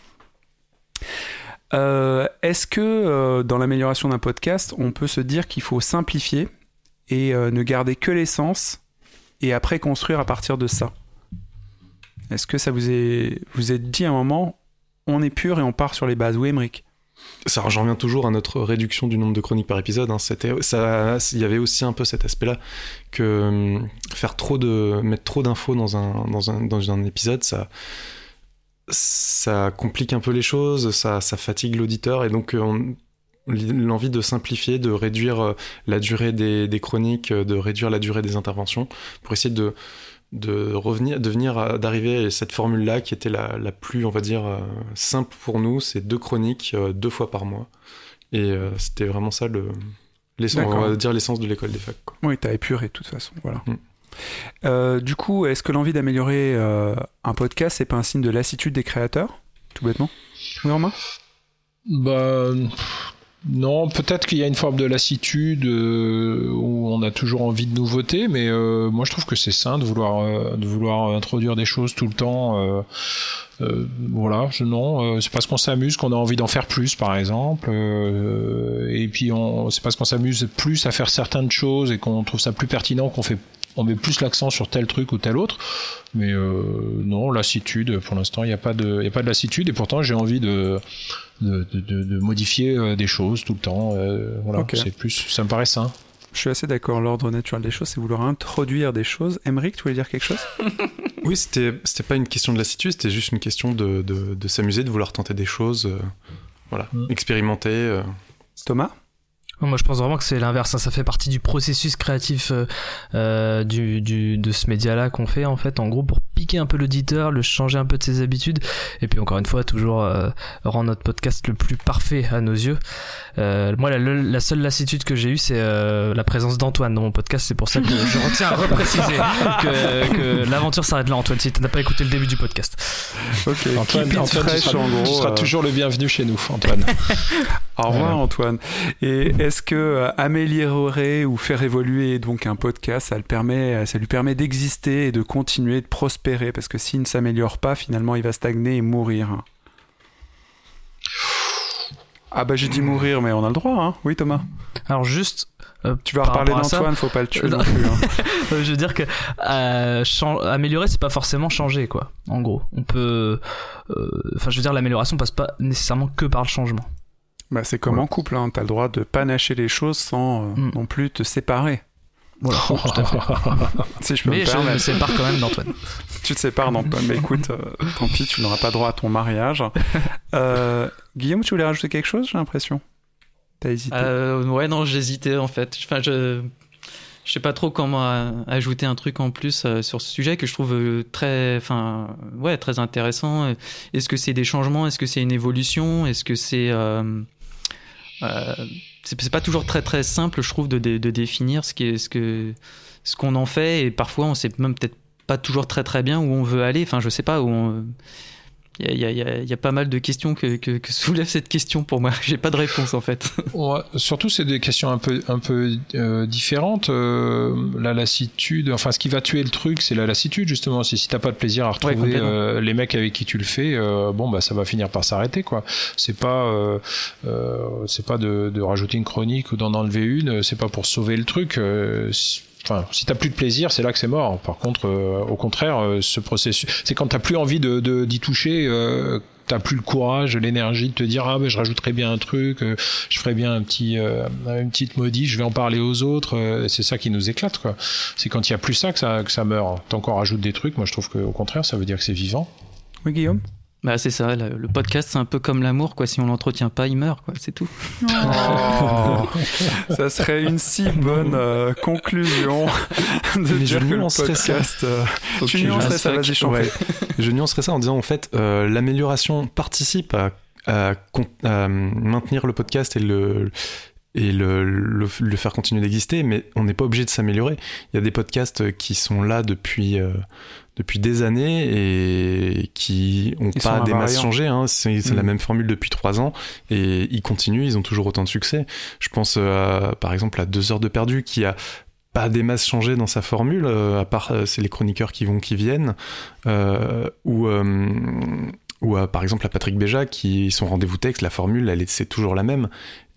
Euh, est-ce que euh, dans l'amélioration d'un podcast, on peut se dire qu'il faut simplifier et euh, ne garder que l'essence et après construire à partir de ça? Est-ce que ça vous est vous êtes dit à un moment, on est pur et on part sur les bases? Oui, Émeric. Ça rejoint toujours à notre réduction du nombre de chroniques par épisode. Hein. C'était, ça, il y avait aussi un peu cet aspect-là que hum, faire trop de, mettre trop d'infos dans un dans un dans un épisode, ça. ça complique un peu les choses, ça, ça fatigue l'auditeur et donc on, l'envie de simplifier, de réduire la durée des, des chroniques, de réduire la durée des interventions pour essayer de, de revenir, de venir d'arriver à cette formule-là qui était la, la plus, on va dire, simple pour nous, c'est deux chroniques deux fois par mois et c'était vraiment ça le, l'essence, on va dire l'essence de l'école des facs. Quoi. Oui, t'as épuré de toute façon, voilà. Mm. Euh, du coup, est-ce que l'envie d'améliorer euh, un podcast, c'est pas un signe de lassitude des créateurs, tout bêtement? Oui, Romain? Bah non, peut-être qu'il y a une forme de lassitude euh, où on a toujours envie de nouveautés, mais euh, moi je trouve que c'est sain de vouloir euh, de vouloir introduire des choses tout le temps. Euh, euh, voilà, je, non, euh, c'est parce qu'on s'amuse qu'on a envie d'en faire plus, par exemple. Euh, et puis on, c'est parce qu'on s'amuse plus à faire certaines choses et qu'on trouve ça plus pertinent qu'on fait. On met plus l'accent sur tel truc ou tel autre, mais euh, non, lassitude, pour l'instant, il n'y a pas de, il y a pas de lassitude, et pourtant, j'ai envie de, de, de, de, de modifier euh, des choses tout le temps. Euh, voilà, okay. C'est plus, ça me paraît sain. Je suis assez d'accord. L'ordre naturel des choses, c'est vouloir introduire des choses. Émeric, tu voulais dire quelque chose? Oui, c'était, c'était pas une question de lassitude, c'était juste une question de, de, de s'amuser, de vouloir tenter des choses, euh, voilà, mm. expérimenter. Euh. Thomas? Moi, je pense vraiment que c'est l'inverse. Ça fait partie du processus créatif euh, euh, du, du, de ce média-là qu'on fait, en fait, en gros, pour piquer un peu l'auditeur, le changer un peu de ses habitudes, et puis encore une fois, toujours euh, rendre notre podcast le plus parfait à nos yeux. Euh, moi, la, la seule lassitude que j'ai eue, c'est euh, la présence d'Antoine dans mon podcast. C'est pour ça que je retiens à repréciser que, que l'aventure s'arrête là, Antoine, si tu n'as pas écouté le début du podcast. Ok, Antoine, Antoine fresh, tu seras, en gros, tu seras euh... toujours le bienvenu chez nous, Antoine. Au revoir, ouais. Antoine. Et est-ce que euh, améliorer ou faire évoluer donc un podcast, ça, le permet, ça lui permet d'exister et de continuer de prospérer? Parce que s'il ne s'améliore pas, finalement, il va stagner et mourir. Ah bah j'ai dit mourir, mais on a le droit, hein. Oui, Thomas. Alors juste... Euh, tu vas reparler d'Antoine, faut pas le tuer non plus. Hein. Je veux dire que euh, chan- améliorer, c'est pas forcément changer, quoi. En gros, on peut... Enfin, euh, je veux dire, l'amélioration passe pas nécessairement que par le changement. Bah, c'est comme ouais. en couple, hein. T'as le droit de panacher les choses sans euh, mm. non plus te séparer. Voilà, tout à fait. Si je peux mais me je permettre. me sépare quand même d'Antoine. Tu te sépares d'Antoine. Bah écoute, euh, tant pis, tu n'auras pas droit à ton mariage. Euh, Guillaume, tu voulais rajouter quelque chose, j'ai l'impression? T'as hésité? euh, Ouais, non, j'hésitais en fait. Enfin, je... Je sais pas trop comment ajouter un truc en plus euh, sur ce sujet que je trouve euh, très, enfin, ouais, très intéressant. Est-ce que c'est des changements? Est-ce que c'est une évolution? Est-ce que c'est, euh, euh, c'est, c'est pas toujours très très simple, je trouve, de, de, de définir ce qui est, ce que, ce qu'on en fait, et parfois on sait même peut-être pas toujours très très bien où on veut aller. Enfin, je sais pas où on. Il y a, y, a, y a pas mal de questions que, que, que soulève cette question pour moi. J'ai pas de réponse en fait. Ouais, surtout, c'est des questions un peu, un peu euh, différentes. Euh, la lassitude, enfin, ce qui va tuer le truc, c'est la lassitude justement. Si, si t'as pas de plaisir à retrouver ouais, euh, les mecs avec qui tu le fais, euh, bon bah ça va finir par s'arrêter quoi. C'est pas, euh, euh, c'est pas de, de rajouter une chronique ou d'en enlever une. C'est pas pour sauver le truc. Euh, Enfin, si t'as plus de plaisir, c'est là que c'est mort. Par contre, euh, au contraire, euh, ce processus, c'est quand t'as plus envie de, de d'y toucher, euh, t'as plus le courage, l'énergie de te dire ah ben je rajouterai bien un truc, euh, je ferai bien un petit, euh, une petite modif, je vais en parler aux autres. Euh, c'est ça qui nous éclate quoi. C'est quand il y a plus ça que ça que ça meurt. Tant qu'on rajoute des trucs, moi je trouve qu'au contraire, ça veut dire que c'est vivant. Oui, Guillaume. Bah c'est ça, le, le podcast c'est un peu comme l'amour, quoi. Si on l'entretient pas, il meurt, quoi. C'est tout. Oh, ça serait une si bonne euh, conclusion de Mais dire je que le nuancerais podcast. Euh, Ok, tu nuancerais je- ça, vas-y, j'en prie. Ouais. Je nuancerais ça en disant en fait euh, l'amélioration participe à, à, con- à maintenir le podcast et le et le, le, le faire continuer d'exister, mais on n'est pas obligé de s'améliorer. Il y a des podcasts qui sont là depuis euh, depuis des années et qui ont Ils pas sont des masses invariants. changé. Hein. C'est, c'est Mm. la même formule depuis trois ans et ils continuent. Ils ont toujours autant de succès. Je pense euh, par exemple à Deux heures de perdu qui a pas des masses changées dans sa formule, euh, à part euh, c'est les chroniqueurs qui vont, qui viennent, euh, ou, euh, ou euh, par exemple à Patrick Béja, qui son rendez-vous texte, la formule, elle est, c'est toujours la même.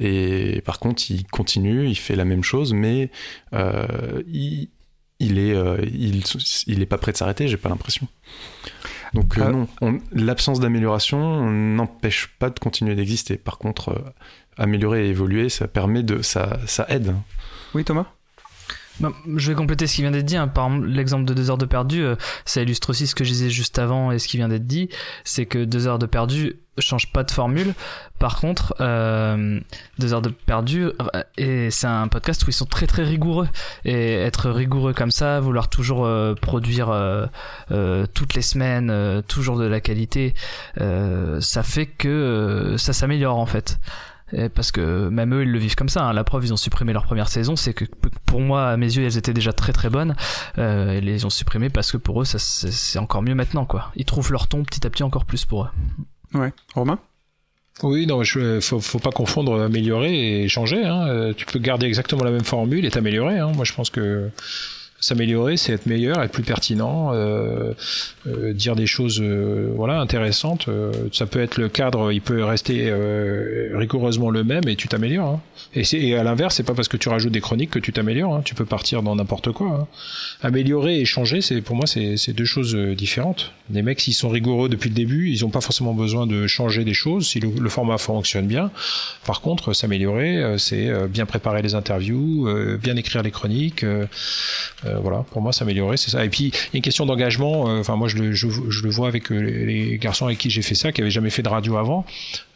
Et par contre, il continue, il fait la même chose, mais euh, il, il est, euh, il, il est pas prêt de s'arrêter, j'ai pas l'impression. Donc euh, Ah. non, on, l'absence d'amélioration n'empêche pas de continuer d'exister. Par contre, euh, améliorer et évoluer, ça permet de, ça, ça aide. Oui, Thomas. Bah, je vais compléter ce qui vient d'être dit. Hein. Par exemple, l'exemple de deux heures de perdu, euh, ça illustre aussi ce que je disais juste avant et ce qui vient d'être dit. C'est que deux heures de perdu change pas de formule. Par contre, euh, deux heures de perdu, euh, et c'est un podcast où ils sont très très rigoureux. Et être rigoureux comme ça, vouloir toujours euh, produire euh, euh, toutes les semaines, euh, toujours de la qualité, euh, ça fait que euh, ça s'améliore en fait. Et parce que même eux ils le vivent comme ça, hein. La preuve ils ont supprimé leur première saison, c'est que pour moi à mes yeux elles étaient déjà très très bonnes, euh, ils les ont supprimées parce que pour eux ça, c'est, c'est encore mieux maintenant quoi. Ils trouvent leur ton petit à petit encore plus pour eux. Ouais. Romain. Oui, non, il faut, faut pas confondre améliorer et changer. Hein. Euh, Tu peux garder exactement la même formule et t'améliorer. Hein. Moi, je pense que s'améliorer, c'est être meilleur, être plus pertinent, euh, euh, dire des choses euh, voilà, intéressantes. Euh, ça peut être le cadre, il peut rester euh, rigoureusement le même et tu t'améliores. Hein. Et, c'est, et à l'inverse, c'est pas parce que tu rajoutes des chroniques que tu t'améliores. Hein. Tu peux partir dans n'importe quoi. Hein. Améliorer et changer, c'est, pour moi, c'est, c'est deux choses différentes. Les mecs, s'ils sont rigoureux depuis le début, ils n'ont pas forcément besoin de changer des choses si le, le format fonctionne bien. Par contre, s'améliorer, c'est bien préparer les interviews, bien écrire les chroniques. Euh, voilà, pour moi, s'améliorer, c'est ça. Et puis, il y a une question d'engagement. Enfin, moi, je le, je, je le vois avec les garçons avec qui j'ai fait ça, qui n'avaient jamais fait de radio avant.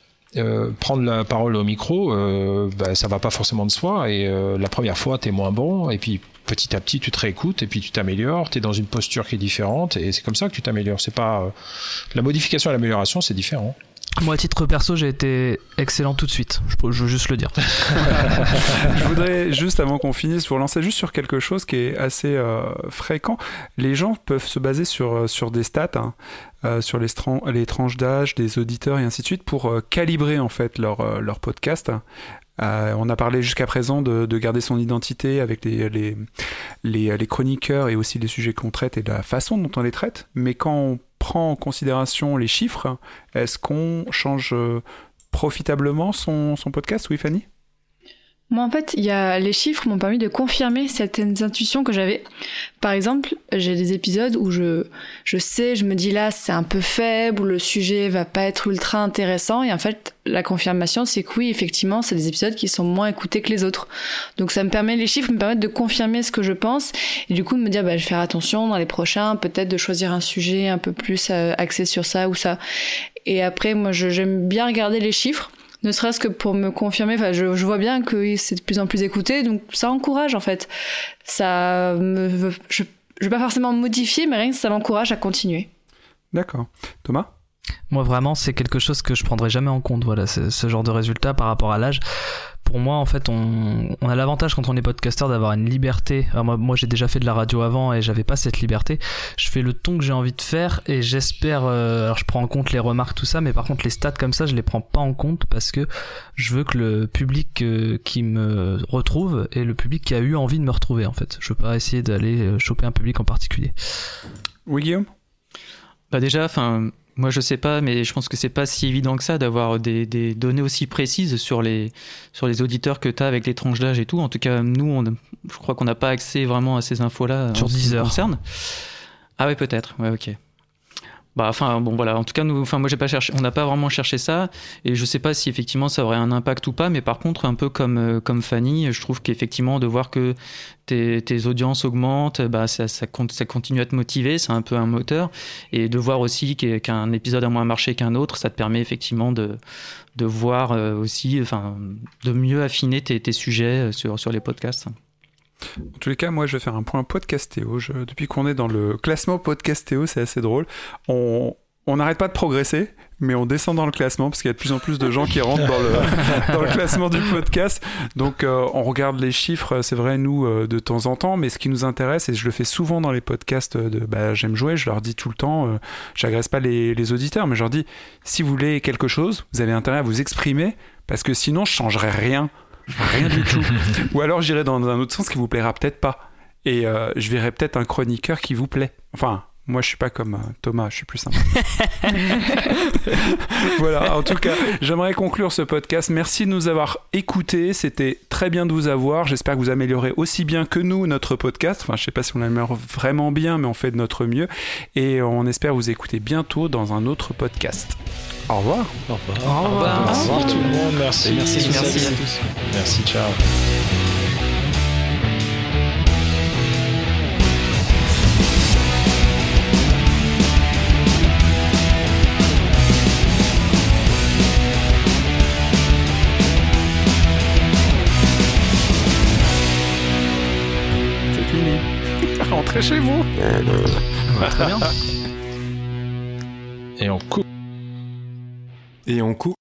Euh, prendre la parole au micro, euh, bah, ça va pas forcément de soi. Et euh, la première fois, t'es moins bon. Et puis, petit à petit, tu te réécoutes et puis tu t'améliores. T'es dans une posture qui est différente. Et c'est comme ça que tu t'améliores. C'est pas euh... la modification et l'amélioration, c'est différent. Moi, à titre perso, j'ai été excellent tout de suite. Je, peux, je veux juste le dire. Je voudrais juste, avant qu'on finisse, vous relancer juste sur quelque chose qui est assez euh, fréquent. Les gens peuvent se baser sur, sur des stats, hein, euh, sur les, stran- les tranches d'âge des auditeurs et ainsi de suite, pour euh, calibrer en fait leur, euh, leur podcast. Euh, on a parlé jusqu'à présent de, de garder son identité avec les, les, les, les chroniqueurs et aussi les sujets qu'on traite et de la façon dont on les traite. Mais quand on prend en considération les chiffres, est-ce qu'on change profitablement son, son podcast, oui Fanny ? Moi, en fait, il y a les chiffres m'ont permis de confirmer certaines intuitions que j'avais. Par exemple, j'ai des épisodes où je je sais, je me dis là, c'est un peu faible, ou le sujet va pas être ultra intéressant, et en fait, la confirmation, c'est que oui, effectivement, c'est des épisodes qui sont moins écoutés que les autres. Donc, ça me permet, les chiffres me permettent de confirmer ce que je pense, et du coup, de me dire, bah, je vais faire attention dans les prochains, peut-être de choisir un sujet un peu plus euh, axé sur ça ou ça. Et après, moi, je, j'aime bien regarder les chiffres. Ne serait-ce que pour me confirmer, enfin, je, je vois bien que c'est de plus en plus écouté, donc ça encourage en fait. Ça me, je, je vais pas forcément modifier, mais rien que ça m'encourage à continuer. D'accord. Thomas ? Moi, vraiment, c'est quelque chose que je prendrais jamais en compte. Voilà, c'est ce genre de résultat par rapport à l'âge. Pour moi, en fait, on, on a l'avantage quand on est podcasteur d'avoir une liberté. Alors moi, moi, j'ai déjà fait de la radio avant et j'avais pas cette liberté. Je fais le ton que j'ai envie de faire et j'espère. Euh, alors, je prends en compte les remarques, tout ça, mais par contre, les stats comme ça, je les prends pas en compte parce que je veux que le public euh, qui me retrouve est le public qui a eu envie de me retrouver. En fait, je veux pas essayer d'aller choper un public en particulier. Oui, Guillaume ? Bah déjà, enfin. Moi, je sais pas, mais je pense que c'est pas si évident que ça d'avoir des, des données aussi précises sur les, sur les auditeurs que tu as avec les tranches d'âge et tout. En tout cas, nous, on, je crois qu'on n'a pas accès vraiment à ces infos-là. Sur dix heures. Concerne. Ah ouais, peut-être. Ouais, ok. Bah, enfin, bon, voilà. En tout cas, nous, enfin, moi, j'ai pas cherché, on n'a pas vraiment cherché ça, et je sais pas si effectivement ça aurait un impact ou pas, mais par contre, un peu comme, euh, comme Fanny, je trouve qu'effectivement, de voir que tes, tes audiences augmentent, bah, ça, ça, ça continue à te motiver, c'est un peu un moteur, et de voir aussi qu'un épisode a moins marché qu'un autre, ça te permet effectivement de, de voir euh, aussi, enfin, de mieux affiner tes, tes sujets sur, sur les podcasts. En tous les cas, moi, je vais faire un point Podcastéo. Je, depuis qu'on est dans le classement Podcastéo, c'est assez drôle. On on n'arrête pas de progresser, mais on descend dans le classement parce qu'il y a de plus en plus de gens qui rentrent dans le, dans le classement du podcast. Donc, euh, on regarde les chiffres, c'est vrai, nous, euh, de temps en temps, mais ce qui nous intéresse, et je le fais souvent dans les podcasts de bah, J'aime jouer, je leur dis tout le temps, euh, j'agresse pas les, les auditeurs, mais je leur dis, si vous voulez quelque chose, vous avez intérêt à vous exprimer, parce que sinon, je changerai rien. Rien du tout. Ou alors j'irai dans un autre sens qui vous plaira peut-être pas. Et euh, je verrai peut-être un chroniqueur qui vous plaît. Enfin, moi je suis pas comme euh, Thomas, je suis plus sympa. Voilà, en tout cas, j'aimerais conclure ce podcast. Merci de nous avoir écoutés. C'était très bien de vous avoir. J'espère que vous améliorez aussi bien que nous notre podcast. Enfin, je sais pas si on l'améliore vraiment bien, mais on fait de notre mieux. Et on espère vous écouter bientôt dans un autre podcast. Au revoir. Au revoir. Au revoir. Au revoir tout le monde. Merci. Merci, merci à tous. Merci, ciao. C'est fini. Rentrez chez vous. Très bien. Et on coupe. Et on coupe.